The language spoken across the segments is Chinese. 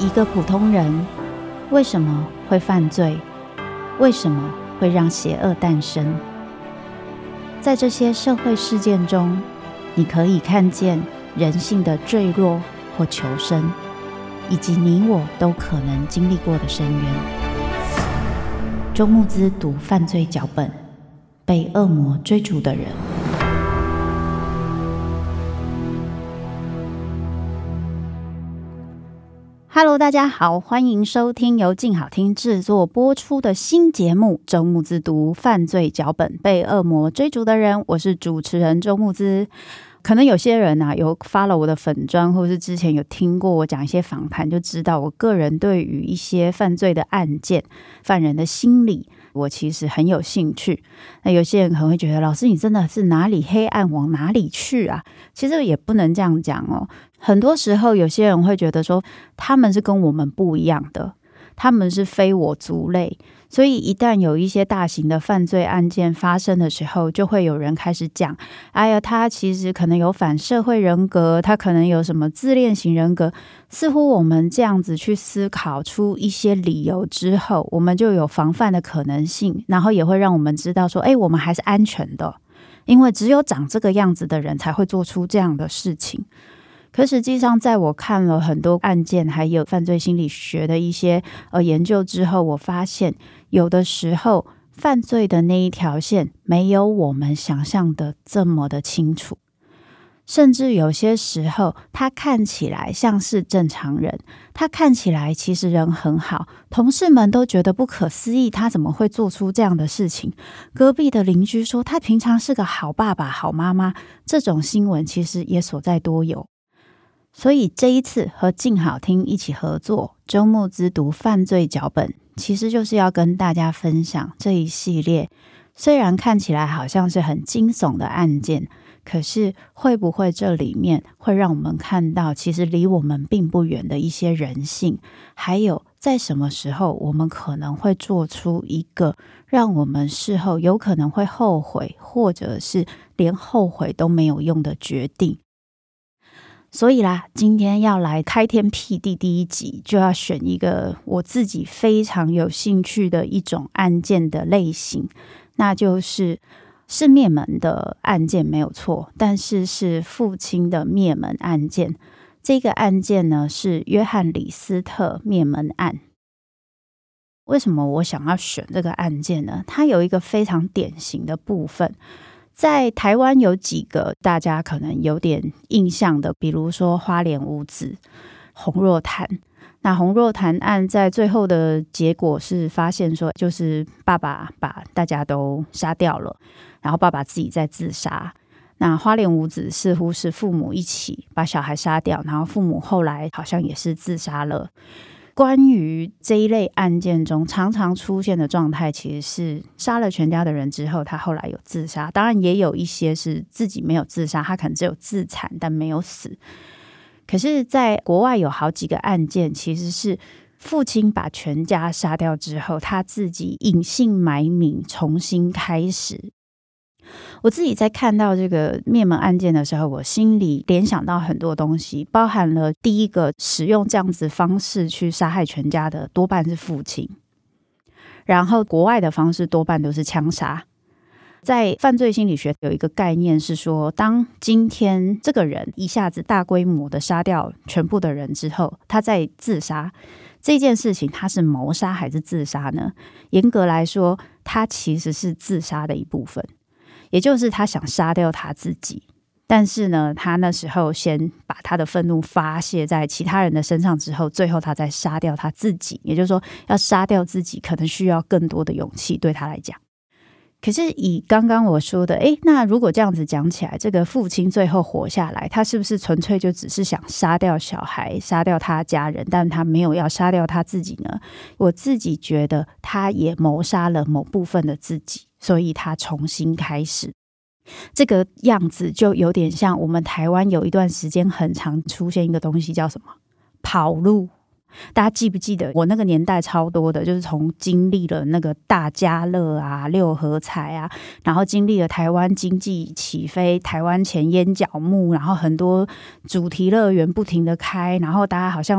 一个普通人为什么会犯罪？为什么会让邪恶诞生？在这些社会事件中，你可以看见人性的坠落或求生，以及你我都可能经历过的深渊。周慕姿读犯罪脚本，被恶魔追逐的人。Hello， 大家好，欢迎收听由静好听制作播出的新节目《周慕姿读犯罪脚本，被恶魔追逐的人》。我是主持人周慕姿。可能有些人有 follow 我的粉专，或是之前有听过我讲一些访谈，就知道我个人对于一些犯罪的案件、犯人的心理，我其实很有兴趣。那有些人可能会觉得，老师你真的是哪里黑暗往哪里去啊？其实也不能这样讲哦。很多时候有些人会觉得说，他们是跟我们不一样的，他们是非我族类，所以一旦有一些大型的犯罪案件发生的时候，就会有人开始讲，哎呀，他其实可能有反社会人格，他可能有什么自恋型人格。似乎我们这样子去思考出一些理由之后，我们就有防范的可能性，然后也会让我们知道说，我们还是安全的，因为只有长这个样子的人才会做出这样的事情。可实际上在我看了很多案件还有犯罪心理学的一些研究之后，我发现有的时候犯罪的那一条线没有我们想象的这么的清楚，甚至有些时候他看起来像是正常人，他看起来其实人很好，同事们都觉得不可思议，他怎么会做出这样的事情，隔壁的邻居说他平常是个好爸爸好妈妈，这种新闻其实也所在多有。所以这一次和静好听一起合作周慕姿读犯罪脚本，其实就是要跟大家分享这一系列虽然看起来好像是很惊悚的案件，可是会不会这里面会让我们看到其实离我们并不远的一些人性，还有在什么时候我们可能会做出一个让我们事后有可能会后悔，或者是连后悔都没有用的决定。所以啦，今天要来开天辟地第一集，就要选一个我自己非常有兴趣的一种案件的类型，那就是灭门的案件没有错，但是是父亲的灭门案件。这个案件呢是约翰李斯特灭门案。为什么我想要选这个案件呢？它有一个非常典型的部分，在台湾有几个大家可能有点印象的，比如说花莲五子、洪若潭。那洪若潭案在最后的结果是发现说，就是爸爸把大家都杀掉了，然后爸爸自己在自杀。那花莲五子似乎是父母一起把小孩杀掉，然后父母后来好像也是自杀了。关于这一类案件中常常出现的状态，其实是杀了全家的人之后，他后来有自杀。当然也有一些是自己没有自杀，他可能只有自残但没有死。可是在国外有好几个案件，其实是父亲把全家杀掉之后，他自己隐姓埋名重新开始。我自己在看到这个灭门案件的时候，我心里联想到很多东西，包含了第一个使用这样子方式去杀害全家的多半是父亲，然后国外的方式多半都是枪杀。在犯罪心理学有一个概念是说，当今天这个人一下子大规模的杀掉全部的人之后，他在自杀这件事情，他是谋杀还是自杀呢？严格来说，他其实是自杀的一部分，也就是他想杀掉他自己，但是呢，他那时候先把他的愤怒发泄在其他人的身上之后，最后他再杀掉他自己。也就是说，要杀掉自己可能需要更多的勇气，对他来讲。可是以刚刚我说的，那如果这样子讲起来，这个父亲最后活下来，他是不是纯粹就只是想杀掉小孩，杀掉他家人，但他没有要杀掉他自己呢？我自己觉得他也谋杀了某部分的自己，所以他重新开始。这个样子就有点像我们台湾有一段时间很常出现一个东西叫什么？跑路。大家记不记得我那个年代超多的，就是从经历了那个大家乐啊、六合彩啊，然后经历了台湾经济起飞，台湾前烟角木，然后很多主题乐园不停的开，然后大家好像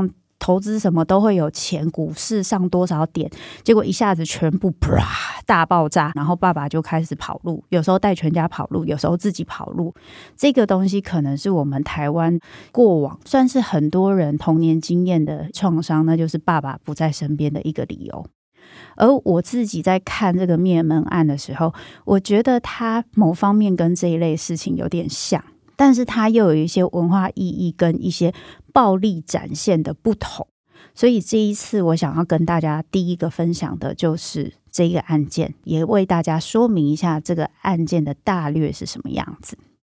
投资什么都会有钱，股市上多少点，结果一下子全部啪大爆炸，然后爸爸就开始跑路，有时候带全家跑路，有时候自己跑路。这个东西可能是我们台湾过往算是很多人童年经验的创伤，那就是爸爸不在身边的一个理由。而我自己在看这个灭门案的时候，我觉得它某方面跟这一类事情有点像，但是它又有一些文化意义跟一些暴力展现的不同。所以这一次我想要跟大家第一个分享的就是这个案件，也为大家说明一下这个案件的大略是什么样子。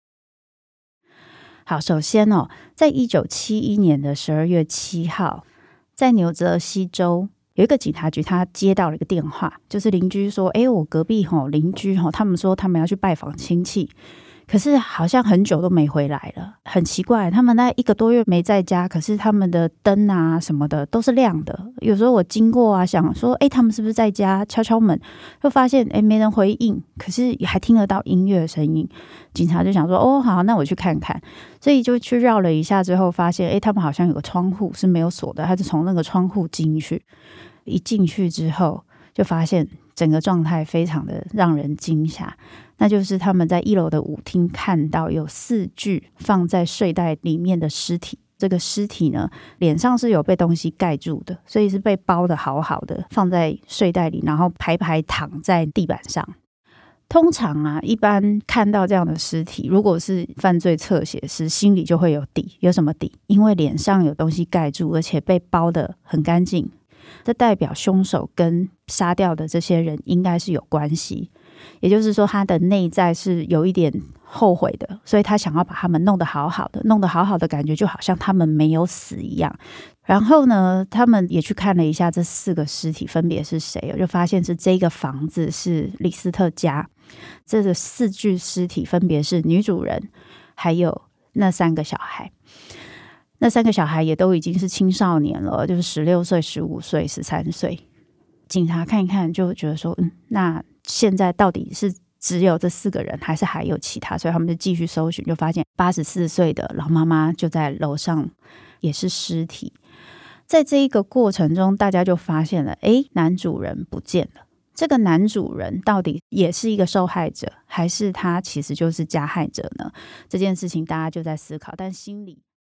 好，首先在1971年的12月7号，在纽泽西州有一个警察局，他接到了一个电话，就是邻居说我隔壁邻居他们说他们要去拜访亲戚，可是好像很久都没回来了，很奇怪，他们那1个多月没在家，可是他们的灯啊什么的都是亮的。有时候我经过啊，想说他们是不是在家，敲敲门，就发现没人回应，可是还听得到音乐的声音。警察就想说好，那我去看看，所以就去绕了一下之后，发现他们好像有个窗户是没有锁的，他就从那个窗户进去。一进去之后就发现整个状态非常的让人惊吓，那就是他们在1楼的舞厅看到有4具放在睡袋里面的尸体。这个尸体呢，脸上是有被东西盖住的，所以是被包得好好的，放在睡袋里，然后排排躺在地板上。通常啊，一般看到这样的尸体，如果是犯罪侧写师，心里就会有底。有什么底？因为脸上有东西盖住，而且被包得很干净，这代表凶手跟杀掉的这些人应该是有关系，也就是说他的内在是有一点后悔的，所以他想要把他们弄得好好的，弄得好好的感觉就好像他们没有死一样。然后呢，他们也去看了一下这4个尸体分别是谁，就发现是这个房子是李斯特家，这个4具尸体分别是女主人还有那3个小孩。那3个小孩也都已经是青少年了，就是16岁、15岁、13岁。警察看一看就觉得说那现在到底是只有这4个人还是还有其他，所以他们就继续搜寻，就发现84岁的老妈妈就在楼上，也是尸体。在这一个过程中，大家就发现了男主人不见了。这个男主人到底也是一个受害者，还是他其实就是加害者呢？这件事情大家就在思考，但心里